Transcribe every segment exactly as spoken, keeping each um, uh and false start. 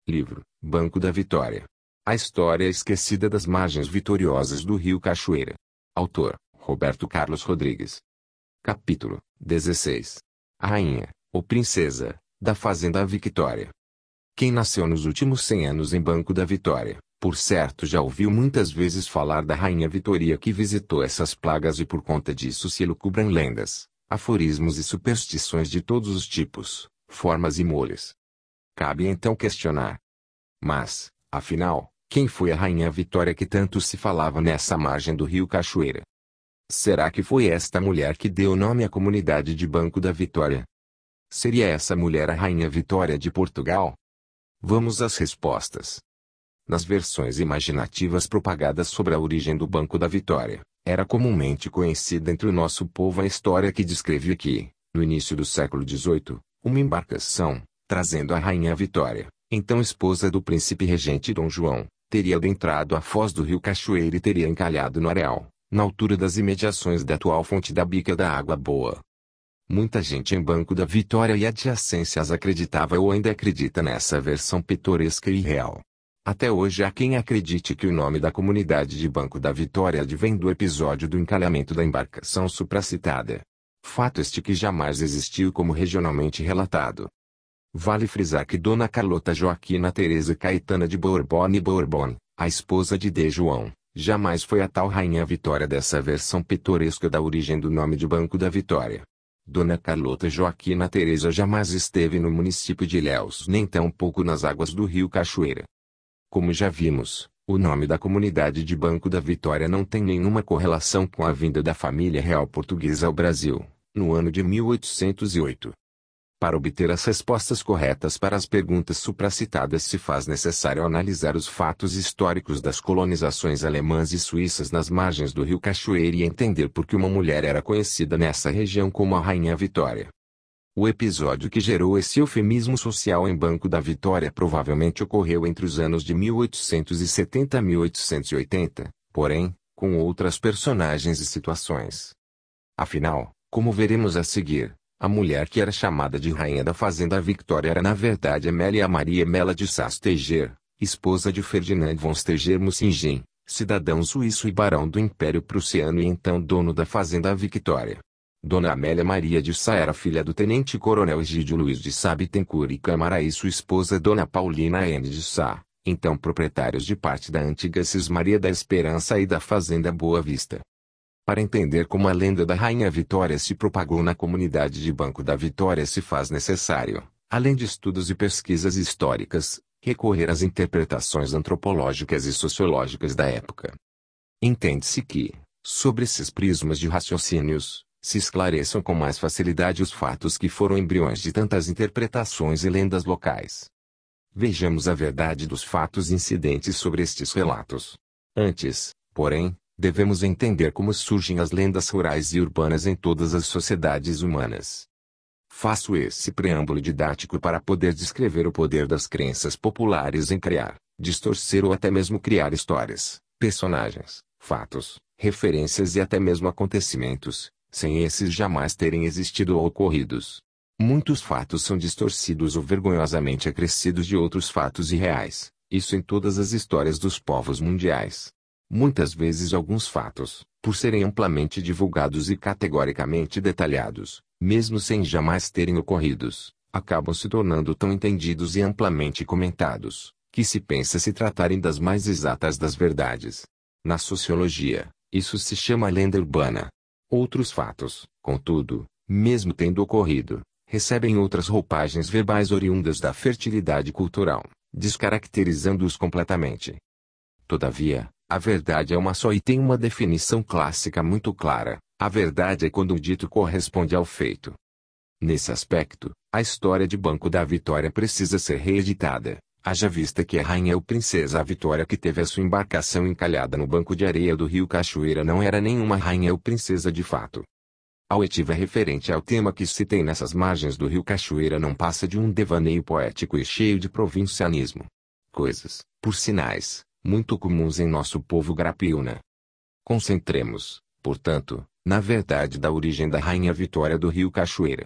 Livro, Banco da Vitória. A história esquecida das margens vitoriosas do rio Cachoeira. Autor, Roberto Carlos Rodrigues. Capítulo dezesseis. A rainha, ou princesa, da Fazenda Victória. Quem nasceu nos últimos cem anos em Banco da Vitória, por certo já ouviu muitas vezes falar da rainha Vitória que visitou essas plagas e por conta disso se lucubram lendas, aforismos e superstições de todos os tipos, formas e molhas. Cabe então questionar. Mas, afinal, quem foi a rainha Vitória que tanto se falava nessa margem do rio Cachoeira? Será que foi esta mulher que deu nome à comunidade de Banco da Vitória? Seria essa mulher a rainha Vitória de Portugal? Vamos às respostas. Nas versões imaginativas propagadas sobre a origem do Banco da Vitória, era comumente conhecida entre o nosso povo a história que descrevia que, no início do século dezoito, uma embarcação, trazendo a rainha Vitória, então esposa do príncipe regente Dom João, teria adentrado a foz do rio Cachoeira e teria encalhado no areal, na altura das imediações da atual fonte da Bica da Água Boa. Muita gente em Banco da Vitória e adjacências acreditava ou ainda acredita nessa versão pitoresca e real. Até hoje há quem acredite que o nome da comunidade de Banco da Vitória advém do episódio do encalhamento da embarcação supracitada. Fato este que jamais existiu como regionalmente relatado. Vale frisar que Dona Carlota Joaquina Teresa Caetana de Bourbon e Bourbon, a esposa de D. João, jamais foi a tal rainha Vitória dessa versão pitoresca da origem do nome de Banco da Vitória. Dona Carlota Joaquina Teresa jamais esteve no município de Ilhéus nem tampouco nas águas do rio Cachoeira. Como já vimos, o nome da comunidade de Banco da Vitória não tem nenhuma correlação com a vinda da família real portuguesa ao Brasil, no ano de mil oitocentos e oito. Para obter as respostas corretas para as perguntas supracitadas se faz necessário analisar os fatos históricos das colonizações alemãs e suíças nas margens do rio Cachoeira e entender por que uma mulher era conhecida nessa região como a Rainha Vitória. O episódio que gerou esse eufemismo social em Banco da Vitória provavelmente ocorreu entre os anos de mil oitocentos e setenta a mil oitocentos e oitenta, porém, com outras personagens e situações. Afinal, como veremos a seguir, a mulher que era chamada de Rainha da Fazenda Victória era na verdade Amélia Maria Mela de Sass-Teger, esposa de Ferdinand von Steger-Mussingen, cidadão suíço e barão do Império Prussiano e então dono da Fazenda Victória. Dona Amélia Maria de Sá era filha do tenente-coronel Egídio Luiz de Sá Bittencourt e Câmara e sua esposa Dona Paulina N. de Sá, então proprietários de parte da antiga Cismaria da Esperança e da Fazenda Boa Vista. Para entender como a lenda da Rainha Vitória se propagou na comunidade de Banco da Vitória se faz necessário, além de estudos e pesquisas históricas, recorrer às interpretações antropológicas e sociológicas da época. Entende-se que, sobre esses prismas de raciocínios, se esclareçam com mais facilidade os fatos que foram embriões de tantas interpretações e lendas locais. Vejamos a verdade dos fatos incidentes sobre estes relatos. Antes, porém, devemos entender como surgem as lendas rurais e urbanas em todas as sociedades humanas. Faço esse preâmbulo didático para poder descrever o poder das crenças populares em criar, distorcer ou até mesmo criar histórias, personagens, fatos, referências e até mesmo acontecimentos, sem esses jamais terem existido ou ocorridos. Muitos fatos são distorcidos ou vergonhosamente acrescidos de outros fatos irreais, isso em todas as histórias dos povos mundiais. Muitas vezes alguns fatos, por serem amplamente divulgados e categoricamente detalhados, mesmo sem jamais terem ocorridos, acabam se tornando tão entendidos e amplamente comentados, que se pensa se tratarem das mais exatas das verdades. Na sociologia, isso se chama lenda urbana. Outros fatos, contudo, mesmo tendo ocorrido, recebem outras roupagens verbais oriundas da fertilidade cultural, descaracterizando-os completamente. Todavia, a verdade é uma só e tem uma definição clássica muito clara: a verdade é quando o dito corresponde ao feito. Nesse aspecto, a história de Banco da Vitória precisa ser reeditada, haja vista que a rainha ou princesa Vitória que teve a sua embarcação encalhada no banco de areia do rio Cachoeira não era nenhuma rainha ou princesa de fato. A oitiva referente ao tema que citei nessas margens do rio Cachoeira não passa de um devaneio poético e cheio de provincianismo. Coisas, por sinais, muito comuns em nosso povo grapiúna. Concentremos, portanto, na verdade da origem da Rainha Vitória do rio Cachoeira.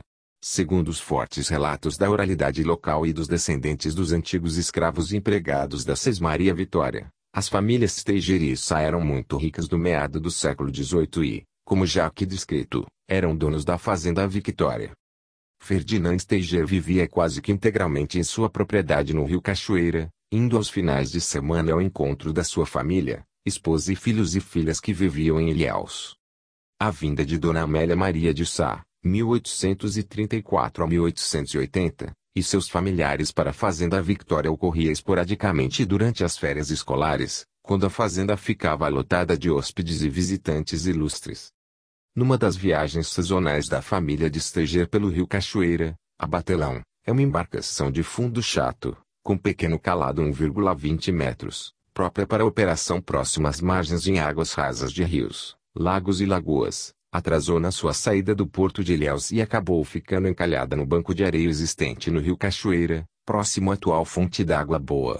Segundo os fortes relatos da oralidade local e dos descendentes dos antigos escravos empregados da Sesmaria Vitória, as famílias Steigeriça eram muito ricas do meado do século dezoito e, como já aqui descrito, eram donos da fazenda Victória. Ferdinand Steiger vivia quase que integralmente em sua propriedade no Rio Cachoeira, indo aos finais de semana ao encontro da sua família, esposa e filhos e filhas que viviam em Ilhéus. A vinda de Dona Amélia Maria de Sá, mil oitocentos e trinta e quatro a mil oitocentos e oitenta, e seus familiares para a Fazenda Victória ocorria esporadicamente durante as férias escolares, quando a fazenda ficava lotada de hóspedes e visitantes ilustres. Numa das viagens sazonais da família de Steiger pelo Rio Cachoeira, a Batelão, é uma embarcação de fundo chato, com pequeno calado um vírgula vinte metros, própria para operação próxima às margens em águas rasas de rios, lagos e lagoas. Atrasou na sua saída do porto de Ilhéus e acabou ficando encalhada no banco de areia existente no Rio Cachoeira, próximo à atual fonte d'água boa.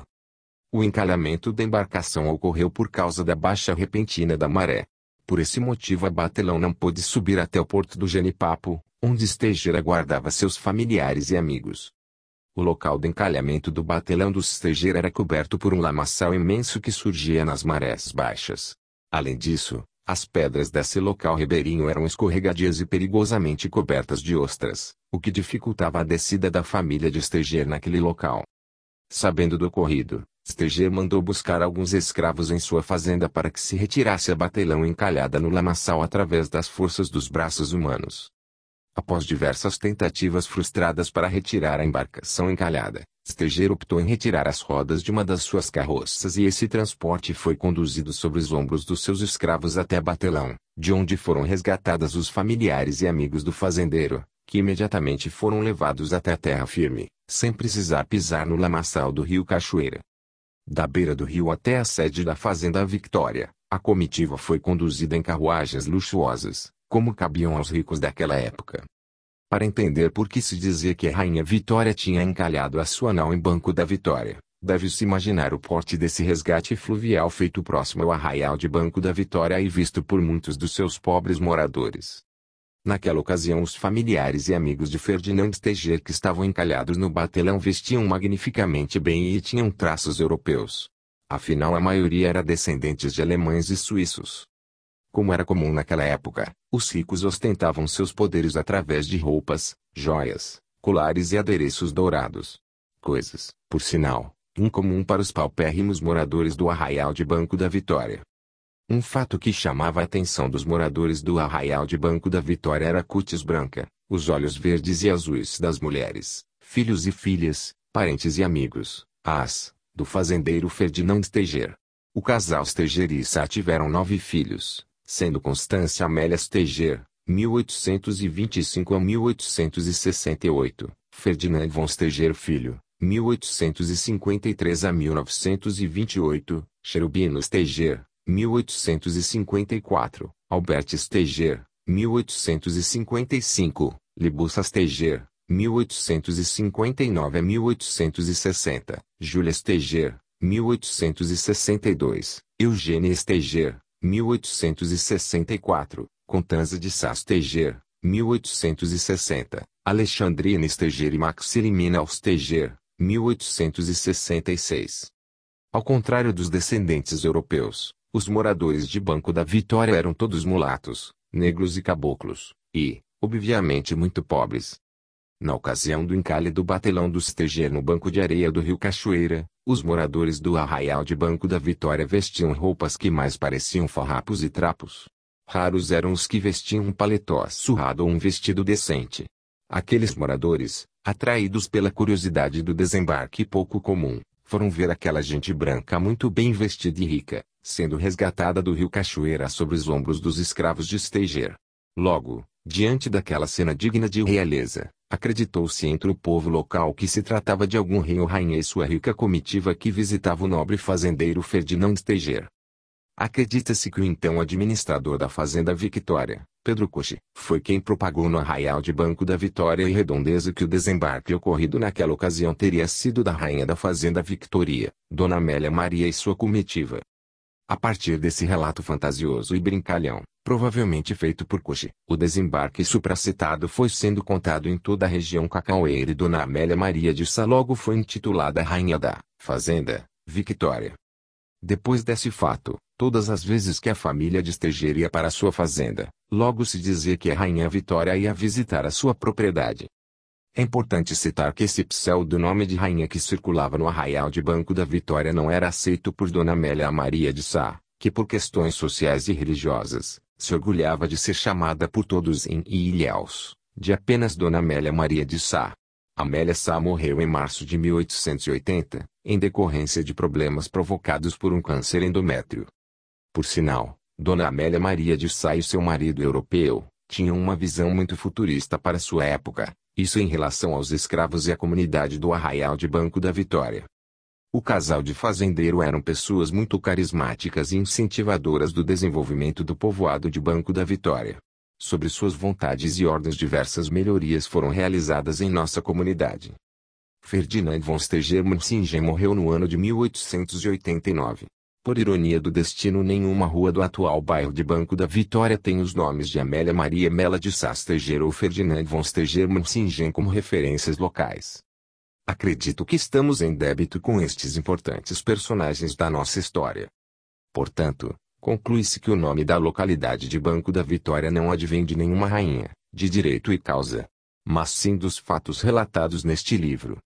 O encalhamento da embarcação ocorreu por causa da baixa repentina da maré. Por esse motivo a Batelão não pôde subir até o porto do Genipapo, onde Steiger aguardava seus familiares e amigos. O local de encalhamento do Batelão dos Steiger era coberto por um lamaçal imenso que surgia nas marés baixas. Além disso, as pedras desse local ribeirinho eram escorregadias e perigosamente cobertas de ostras, o que dificultava a descida da família de Steiger naquele local. Sabendo do ocorrido, Steiger mandou buscar alguns escravos em sua fazenda para que se retirasse a Batelão encalhada no lamaçal através das forças dos braços humanos. Após diversas tentativas frustradas para retirar a embarcação encalhada, Steiger optou em retirar as rodas de uma das suas carroças e esse transporte foi conduzido sobre os ombros dos seus escravos até Batelão, de onde foram resgatadas os familiares e amigos do fazendeiro, que imediatamente foram levados até a terra firme, sem precisar pisar no lamaçal do Rio Cachoeira. Da beira do rio até a sede da Fazenda Victória, a comitiva foi conduzida em carruagens luxuosas, como cabiam aos ricos daquela época. Para entender por que se dizia que a Rainha Vitória tinha encalhado a sua nau em Banco da Vitória, deve-se imaginar o porte desse resgate fluvial feito próximo ao arraial de Banco da Vitória e visto por muitos dos seus pobres moradores. Naquela ocasião os familiares e amigos de Ferdinand Steiger que estavam encalhados no Batelão vestiam magnificamente bem e tinham traços europeus. Afinal a maioria era descendentes de alemães e suíços. Como era comum naquela época, os ricos ostentavam seus poderes através de roupas, joias, colares e adereços dourados. Coisas, por sinal, incomum para os paupérrimos moradores do arraial de Banco da Vitória. Um fato que chamava a atenção dos moradores do arraial de Banco da Vitória era a cútis branca, os olhos verdes e azuis das mulheres, filhos e filhas, parentes e amigos, as, do fazendeiro Ferdinand Steiger. O casal Steigeriça tiveram nove filhos, sendo Constância Amélia Steiger, mil oitocentos e vinte e cinco a mil oitocentos e sessenta e oito, Ferdinand von Steiger filho, mil oitocentos e cinquenta e três a mil novecentos e vinte e oito, Cherubino Steiger, mil oitocentos e cinquenta e quatro, Albert Steiger, mil oitocentos e cinquenta e cinco, Libussa Steiger, mil oitocentos e cinquenta e nove a mil oitocentos e sessenta, Júlia Steiger, mil oitocentos e sessenta e dois, Eugênia Steiger, mil oitocentos e sessenta e quatro, Constanza de Sá Steiger, mil oitocentos e sessenta, Alexandrina Steiger e Maximiliana Steiger, mil oitocentos e sessenta e seis. Ao contrário dos descendentes europeus, os moradores de Banco da Vitória eram todos mulatos, negros e caboclos, e, obviamente muito pobres. Na ocasião do encalhe do Batelão do Steiger no banco de areia do Rio Cachoeira, os moradores do arraial de Banco da Vitória vestiam roupas que mais pareciam farrapos e trapos. Raros eram os que vestiam um paletó surrado ou um vestido decente. Aqueles moradores, atraídos pela curiosidade do desembarque pouco comum, foram ver aquela gente branca muito bem vestida e rica, sendo resgatada do Rio Cachoeira sobre os ombros dos escravos de Steiger. Logo, diante daquela cena digna de realeza, acreditou-se entre o povo local que se tratava de algum rei ou rainha e sua rica comitiva que visitava o nobre fazendeiro Ferdinand Steiger. Acredita-se que o então administrador da Fazenda Victória, Pedro Coche, foi quem propagou no arraial de Banco da Vitória e Redondeza que o desembarque ocorrido naquela ocasião teria sido da rainha da Fazenda Victoria, Dona Amélia Maria e sua comitiva. A partir desse relato fantasioso e brincalhão, provavelmente feito por Cuxi. O desembarque supracitado foi sendo contado em toda a região cacaueira e Dona Amélia Maria de Sá logo foi intitulada Rainha da Fazenda, Victória. Depois desse fato, todas as vezes que a família de Esteger ia para sua fazenda, logo se dizia que a Rainha Vitória ia visitar a sua propriedade. É importante citar que esse pseudonome de rainha que circulava no arraial de Banco da Vitória não era aceito por Dona Amélia Maria de Sá, que por questões sociais e religiosas, se orgulhava de ser chamada por todos em Ilhéus, de apenas Dona Amélia Maria de Sá. Amélia Sá morreu em março de mil oitocentos e oitenta, em decorrência de problemas provocados por um câncer endométrio. Por sinal, Dona Amélia Maria de Sá e seu marido europeu, tinham uma visão muito futurista para sua época, isso em relação aos escravos e à comunidade do arraial de Banco da Vitória. O casal de fazendeiro eram pessoas muito carismáticas e incentivadoras do desenvolvimento do povoado de Banco da Vitória. Sobre suas vontades e ordens diversas melhorias foram realizadas em nossa comunidade. Ferdinand von Steger-Munsingen morreu no ano de mil oitocentos e oitenta e nove. Por ironia do destino, nenhuma rua do atual bairro de Banco da Vitória tem os nomes de Amélia Maria Mela de Sá Steger ou Ferdinand von Steger-Munsingen como referências locais. Acredito que estamos em débito com estes importantes personagens da nossa história. Portanto, conclui-se que o nome da localidade de Banco da Vitória não advém de nenhuma rainha, de direito e causa, mas sim dos fatos relatados neste livro.